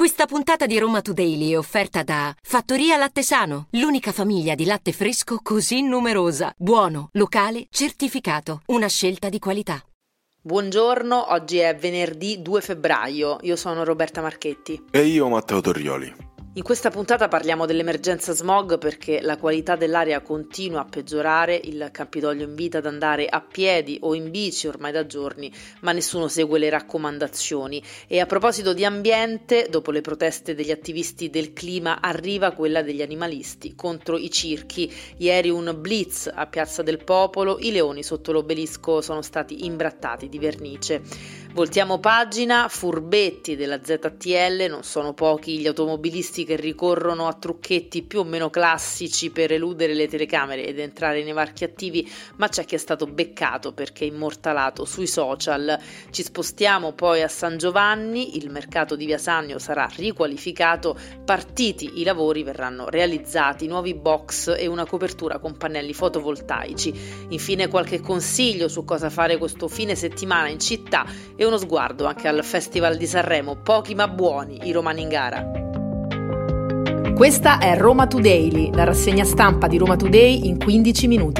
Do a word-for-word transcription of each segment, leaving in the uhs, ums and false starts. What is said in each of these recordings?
Questa puntata di Roma Today è offerta da Fattoria Latte Sano, l'unica famiglia di latte fresco così numerosa. Buono, locale, certificato. Una scelta di qualità. Buongiorno, oggi è venerdì due febbraio. Io sono Roberta Marchetti. E io Matteo Torrioli. In questa puntata parliamo dell'emergenza smog perché la qualità dell'aria continua a peggiorare, il Campidoglio invita ad andare a piedi o in bici ormai da giorni, ma nessuno segue le raccomandazioni. E a proposito di ambiente, dopo le proteste degli attivisti del clima arriva quella degli animalisti contro i circhi. Ieri un blitz a Piazza del Popolo, i leoni sotto l'obelisco sono stati imbrattati di vernice. Voltiamo pagina, furbetti della Z T L, non sono pochi gli automobilisti che ricorrono a trucchetti più o meno classici per eludere le telecamere ed entrare nei varchi attivi, ma c'è chi è stato beccato perché immortalato sui social. Ci spostiamo poi a San Giovanni, il mercato di Via Sannio sarà riqualificato, partiti i lavori, verranno realizzati nuovi box e una copertura con pannelli fotovoltaici. Infine qualche consiglio su cosa fare questo fine settimana in città e uno sguardo anche al Festival di Sanremo, pochi ma buoni, i romani in gara. Questa è Roma Today, la rassegna stampa di Roma Today in quindici minuti.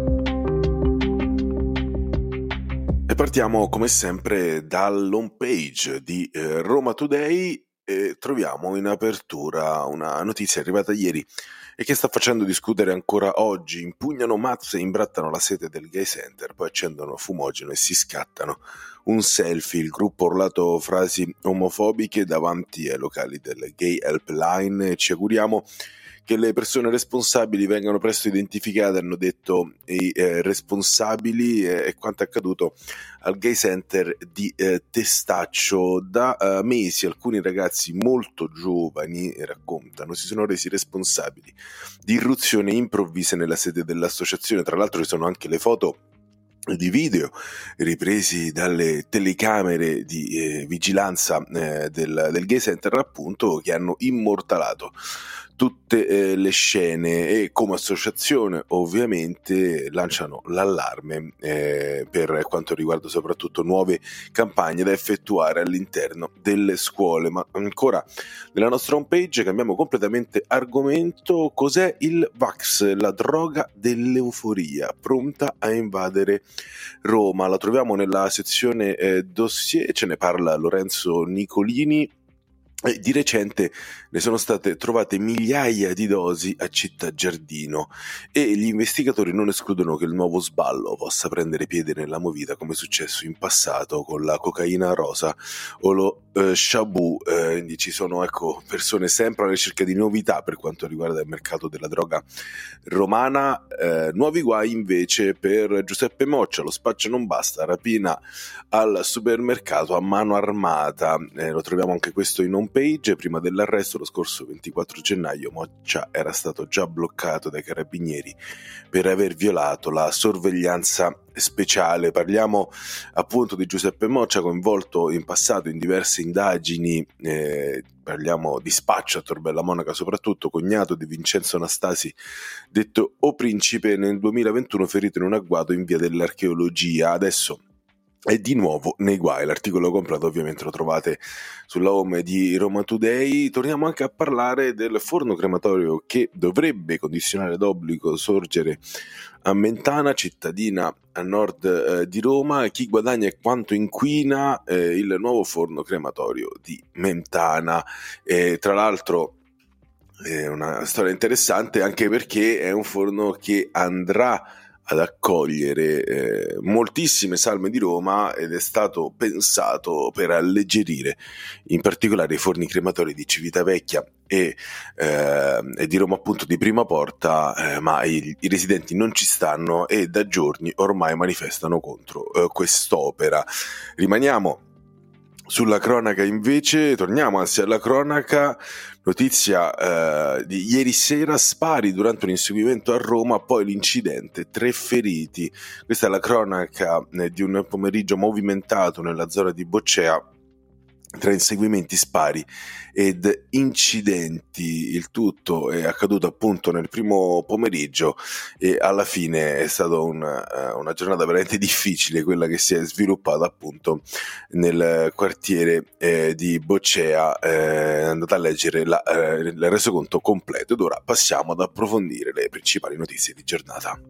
E partiamo come sempre dall'home page di eh, Roma Today e troviamo in apertura una notizia arrivata ieri e che sta facendo discutere ancora oggi. Impugnano mazze e imbrattano la sede del gay center, poi accendono fumogeno e si scattano. Un selfie, il gruppo ha urlato frasi omofobiche davanti ai locali del Gay Helpline. Ci auguriamo che le persone responsabili vengano presto identificate, hanno detto i eh, responsabili, eh, e quanto è accaduto al Gay Center di eh, Testaccio. Da eh, mesi alcuni ragazzi molto giovani, raccontano, si sono resi responsabili di irruzioni improvvise nella sede dell'associazione. Tra l'altro ci sono anche le foto di video ripresi dalle telecamere di eh, vigilanza eh, del, del Gay Center, appunto, che hanno immortalato tutte eh, le scene e come associazione ovviamente lanciano l'allarme eh, per quanto riguarda soprattutto nuove campagne da effettuare all'interno delle scuole. Ma ancora nella nostra homepage cambiamo completamente argomento. Cos'è il Vax, la droga dell'euforia pronta a invadere Roma? La troviamo nella sezione eh, dossier, ce ne parla Lorenzo Nicolini. E di recente ne sono state trovate migliaia di dosi a Città Giardino e gli investigatori non escludono che il nuovo sballo possa prendere piede nella movida, come è successo in passato con la cocaina rosa o lo eh, shabu. Eh, quindi ci sono, ecco, persone sempre alla ricerca di novità per quanto riguarda il mercato della droga romana. Eh, nuovi guai invece per Giuseppe Moccia, lo spaccio non basta, rapina al supermercato a mano armata. Eh, lo troviamo anche questo in home page. Prima dell'arresto lo scorso ventiquattro gennaio Moccia era stato già bloccato dai carabinieri per aver violato la sorveglianza speciale. Parliamo appunto di Giuseppe Moccia, coinvolto in passato in diverse indagini, eh, parliamo di spaccio a Torbella Monaca, soprattutto cognato di Vincenzo Anastasi detto O Principe, nel duemilaventuno ferito in un agguato in via dell'Archeologia. Adesso è di nuovo nei guai. L'articolo completo ovviamente lo trovate sulla home di Roma Today. Torniamo anche a parlare del forno crematorio che dovrebbe condizionare d'obbligo sorgere a Mentana, cittadina a nord eh, di Roma. Chi guadagna e quanto inquina eh, il nuovo forno crematorio di Mentana. E tra l'altro è una storia interessante anche perché è un forno che andrà ad accogliere eh, moltissime salme di Roma ed è stato pensato per alleggerire in particolare i forni crematori di Civitavecchia e, eh, e di Roma appunto di Prima Porta, eh, ma i, i residenti non ci stanno e da giorni ormai manifestano contro eh, quest'opera. Rimaniamo sulla cronaca invece, torniamo anzi alla cronaca, notizia eh, di ieri sera, spari durante un inseguimento a Roma, poi l'incidente, tre feriti. Questa è la cronaca eh, di un pomeriggio movimentato nella zona di Boccea, tra inseguimenti, spari ed incidenti. Il tutto è accaduto appunto nel primo pomeriggio e alla fine è stata una, una giornata veramente difficile quella che si è sviluppata appunto nel quartiere eh, di Boccea. Eh, andate a leggere la, eh, il resoconto completo. Ed ora passiamo ad approfondire le principali notizie di giornata.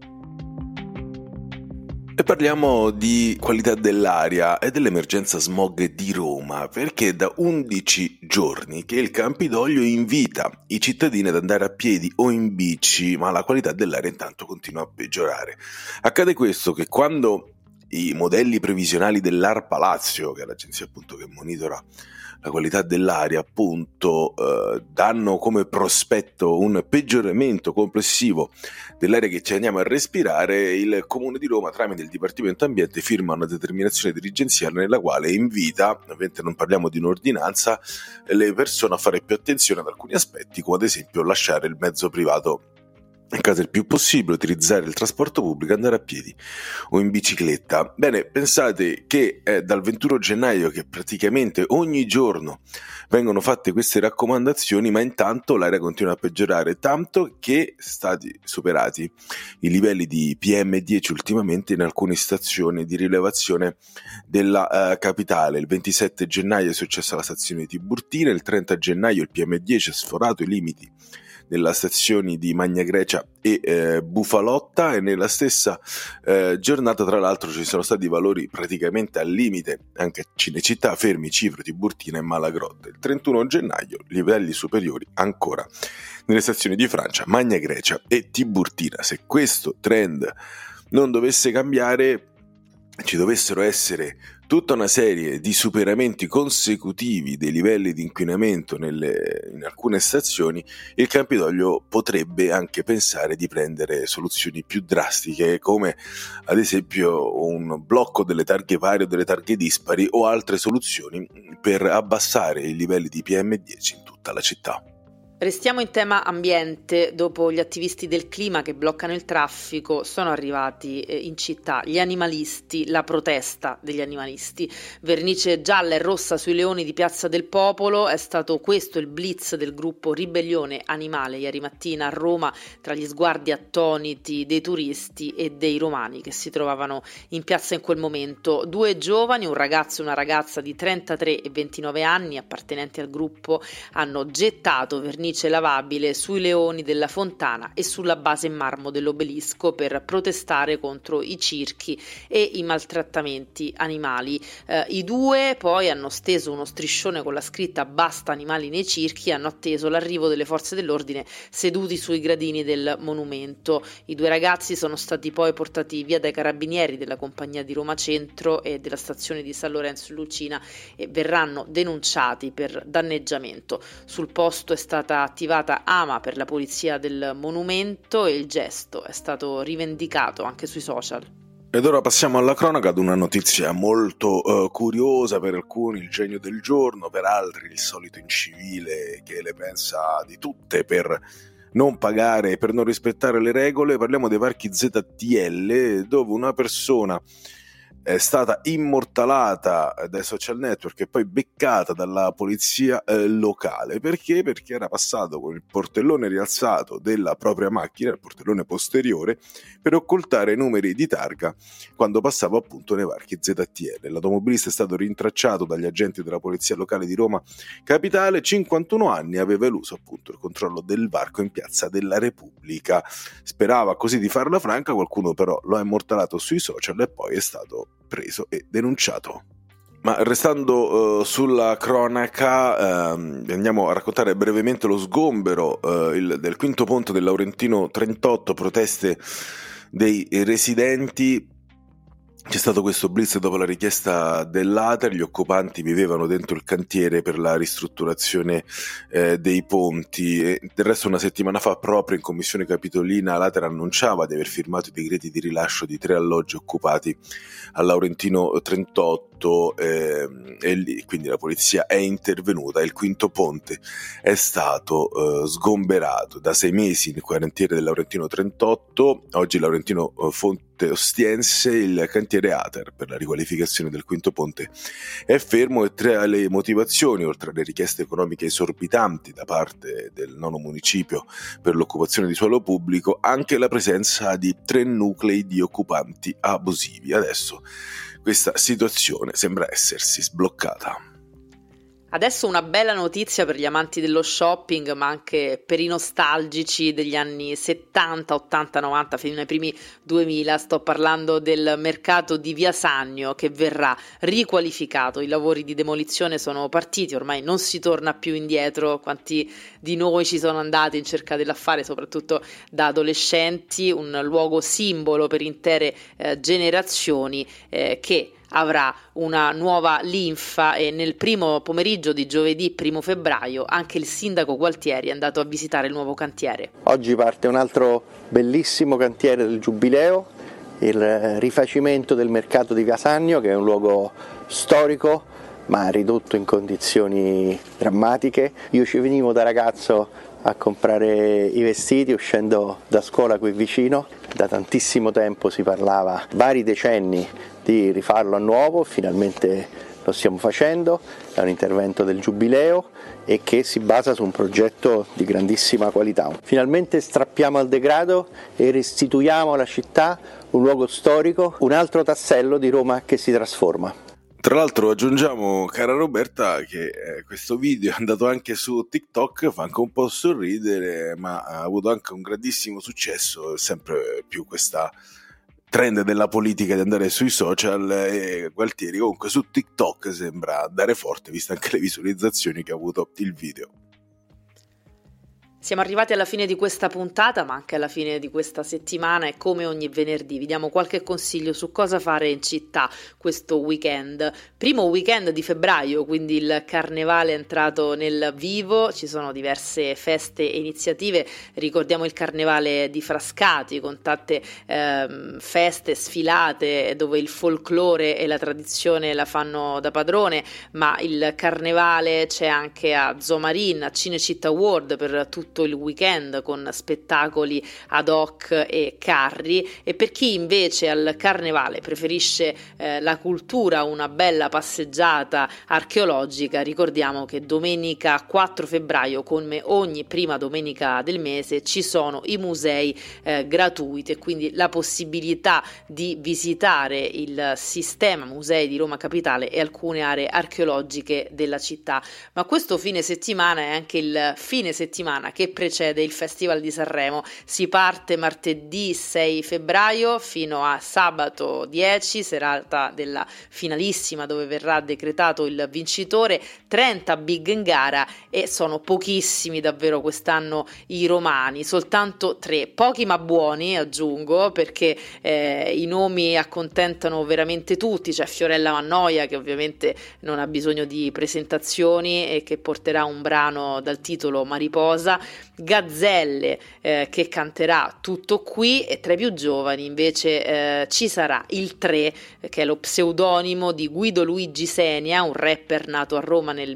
E parliamo di qualità dell'aria e dell'emergenza smog di Roma, perché da undici giorni che il Campidoglio invita i cittadini ad andare a piedi o in bici, ma la qualità dell'aria intanto continua a peggiorare. Accade questo che quando i modelli previsionali dell'ARPA Lazio, che è l'agenzia appunto che monitora la qualità dell'aria, appunto eh, danno come prospetto un peggioramento complessivo dell'aria che ci andiamo a respirare, il Comune di Roma tramite il Dipartimento Ambiente firma una determinazione dirigenziale nella quale invita, ovviamente non parliamo di un'ordinanza, le persone a fare più attenzione ad alcuni aspetti, come ad esempio lasciare il mezzo privato in casa il più possibile, utilizzare il trasporto pubblico, andare a piedi o in bicicletta. Bene, pensate che è dal ventuno gennaio che praticamente ogni giorno vengono fatte queste raccomandazioni, ma intanto l'aria continua a peggiorare, tanto che stati superati i livelli di P M dieci ultimamente in alcune stazioni di rilevazione della uh, capitale. Il ventisette gennaio è successo alla stazione di Tiburtina, il trenta gennaio il P M dieci ha sforato i limiti nella stazione di Magna Grecia e eh, Bufalotta, e nella stessa eh, giornata tra l'altro ci sono stati valori praticamente al limite anche a Cinecittà, Fermi, Cipro, Tiburtina e Malagrotta. Il trentuno gennaio livelli superiori ancora nelle stazioni di Francia, Magna Grecia e Tiburtina. Se questo trend non dovesse cambiare, ci dovessero essere tutta una serie di superamenti consecutivi dei livelli di inquinamento nelle, in alcune stazioni, il Campidoglio potrebbe anche pensare di prendere soluzioni più drastiche, come ad esempio un blocco delle targhe pari o delle targhe dispari, o altre soluzioni per abbassare i livelli di P M dieci in tutta la città. Restiamo in tema ambiente. Dopo gli attivisti del clima che bloccano il traffico, sono arrivati in città gli animalisti, la protesta degli animalisti. Vernice gialla e rossa sui leoni di Piazza del Popolo, è stato questo il blitz del gruppo Ribellione Animale ieri mattina a Roma, tra gli sguardi attoniti dei turisti e dei romani che si trovavano in piazza in quel momento. Due giovani, un ragazzo e una ragazza di trentatré e ventinove anni, appartenenti al gruppo, hanno gettato vernice lavabile sui leoni della fontana e sulla base in marmo dell'obelisco per protestare contro i circhi e i maltrattamenti animali. Eh, I due poi hanno steso uno striscione con la scritta "Basta animali nei circhi" e hanno atteso l'arrivo delle forze dell'ordine seduti sui gradini del monumento. I due ragazzi sono stati poi portati via dai carabinieri della compagnia di Roma Centro e della stazione di San Lorenzo Lucina e verranno denunciati per danneggiamento. Sul posto è stata attivata AMA per la pulizia del monumento e il gesto è stato rivendicato anche sui social. Ed ora passiamo alla cronaca, ad una notizia molto uh, curiosa, per alcuni il genio del giorno, per altri il solito incivile che le pensa di tutte per non pagare e per non rispettare le regole. Parliamo dei parchi Z T L, dove una persona è stata immortalata dai social network e poi beccata dalla polizia eh, locale. Perché? Perché era passato con il portellone rialzato della propria macchina, il portellone posteriore, per occultare i numeri di targa quando passava appunto nei parchi Z T L. L'automobilista è stato rintracciato dagli agenti della polizia locale di Roma Capitale, cinquantuno anni, aveva eluso appunto il controllo del varco in Piazza della Repubblica. Sperava così di farla franca, qualcuno però lo ha immortalato sui social e poi è stato preso e denunciato. Ma restando uh, sulla cronaca, uh, andiamo a raccontare brevemente lo sgombero uh, il, del quinto ponte del Laurentino trentotto, proteste dei residenti. C'è stato questo blitz dopo la richiesta dell'A T E R, gli occupanti vivevano dentro il cantiere per la ristrutturazione eh, dei ponti, e del resto una settimana fa proprio in commissione capitolina l'A T E R annunciava di aver firmato i decreti di rilascio di tre alloggi occupati al Laurentino trentotto eh, e lì quindi la polizia è intervenuta. Il quinto ponte è stato eh, sgomberato da sei mesi nel quartiere del Laurentino trentotto, oggi il Laurentino eh, Fonte Ostiense, il cantiere A T E R per la riqualificazione del quinto ponte è fermo, e tra le motivazioni, oltre alle richieste economiche esorbitanti da parte del nono municipio per l'occupazione di suolo pubblico, anche la presenza di tre nuclei di occupanti abusivi. Adesso questa situazione sembra essersi sbloccata. Adesso una bella notizia per gli amanti dello shopping, ma anche per i nostalgici degli anni settanta, ottanta, novanta, fino ai primi duemila. Sto parlando del mercato di Via Sannio che verrà riqualificato. I lavori di demolizione sono partiti, ormai non si torna più indietro. Quanti di noi ci sono andati in cerca dell'affare, soprattutto da adolescenti, un luogo simbolo per intere eh, generazioni eh, che avrà una nuova linfa, e nel primo pomeriggio di giovedì primo febbraio anche il sindaco Gualtieri è andato a visitare il nuovo cantiere. Oggi parte un altro bellissimo cantiere del Giubileo, il rifacimento del mercato di Via Sannio, che è un luogo storico ma ridotto in condizioni drammatiche. Io ci venivo da ragazzo a comprare i vestiti uscendo da scuola qui vicino. Da tantissimo tempo si parlava, vari decenni, di rifarlo a nuovo, finalmente lo stiamo facendo. È un intervento del Giubileo e che si basa su un progetto di grandissima qualità. Finalmente strappiamo al degrado e restituiamo alla città un luogo storico, un altro tassello di Roma che si trasforma. Tra l'altro aggiungiamo, cara Roberta, che eh, questo video è andato anche su TikTok, fa anche un po' sorridere, ma ha avuto anche un grandissimo successo, sempre più questa trend della politica di andare sui social, e Gualtieri comunque su TikTok sembra andare forte, viste anche le visualizzazioni che ha avuto il video. Siamo arrivati alla fine di questa puntata, ma anche alla fine di questa settimana, e come ogni venerdì vi diamo qualche consiglio su cosa fare in città questo weekend. Primo weekend di febbraio, quindi il carnevale è entrato nel vivo, ci sono diverse feste e iniziative. Ricordiamo il carnevale di Frascati con tante ehm, feste, sfilate dove il folklore e la tradizione la fanno da padrone, ma il carnevale c'è anche a Zomarin, a Cinecittà World per tutto il weekend con spettacoli ad hoc e carri. E per chi invece al carnevale preferisce eh, la cultura, una bella passeggiata archeologica, ricordiamo che domenica quattro febbraio, come ogni prima domenica del mese, ci sono i musei eh, gratuiti, e quindi la possibilità di visitare il sistema musei di Roma Capitale e alcune aree archeologiche della città. Ma questo fine settimana è anche il fine settimana che precede il Festival di Sanremo. Si parte martedì sei febbraio fino a sabato dieci, serata della finalissima dove verrà decretato il vincitore. trenta big in gara, e sono pochissimi davvero quest'anno i romani, soltanto tre, pochi ma buoni aggiungo, perché eh, i nomi accontentano veramente tutti. C'è Fiorella Mannoia, che ovviamente non ha bisogno di presentazioni e che porterà un brano dal titolo Mariposa, Gazzelle eh, che canterà Tutto qui, e tra i più giovani invece eh, ci sarà il tre, che è lo pseudonimo di Guido Luigi Senia, un rapper nato a Roma nel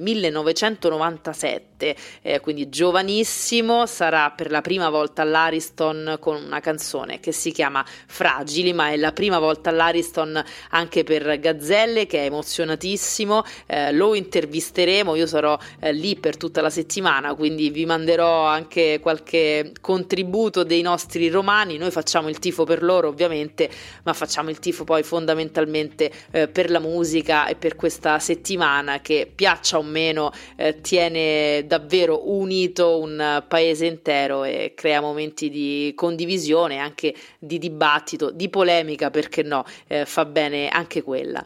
millenovecentonovantasette, eh, quindi giovanissimo. Sarà per la prima volta all'Ariston con una canzone che si chiama Fragili, ma è la prima volta all'Ariston anche per Gazzelle, che è emozionatissimo. Eh, lo intervisteremo, io sarò eh, lì per tutta la settimana, quindi vi manderò anche qualche contributo dei nostri romani. Noi facciamo il tifo per loro ovviamente, ma facciamo il tifo poi fondamentalmente eh, per la musica e per questa settimana che, piaccia o meno, eh, tiene davvero unito un paese intero e crea momenti di condivisione, anche di dibattito, di polemica, perché no, eh, fa bene anche quella.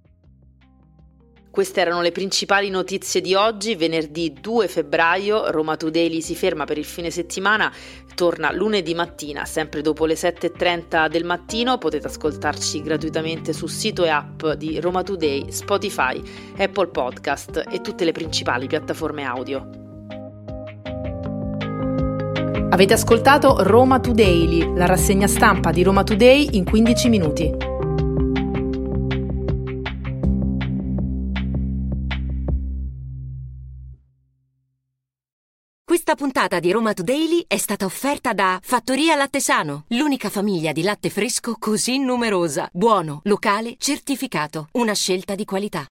Queste erano le principali notizie di oggi, venerdì due febbraio. Roma Today si ferma per il fine settimana, torna lunedì mattina, sempre dopo le sette e trenta del mattino. Potete ascoltarci gratuitamente sul sito e app di Roma Today, Spotify, Apple Podcast e tutte le principali piattaforme audio. Avete ascoltato Roma Today, la rassegna stampa di Roma Today in quindici minuti. Questa puntata di Roma Today è stata offerta da Fattoria Latte Sano, l'unica famiglia di latte fresco così numerosa, buono, locale, certificato, una scelta di qualità.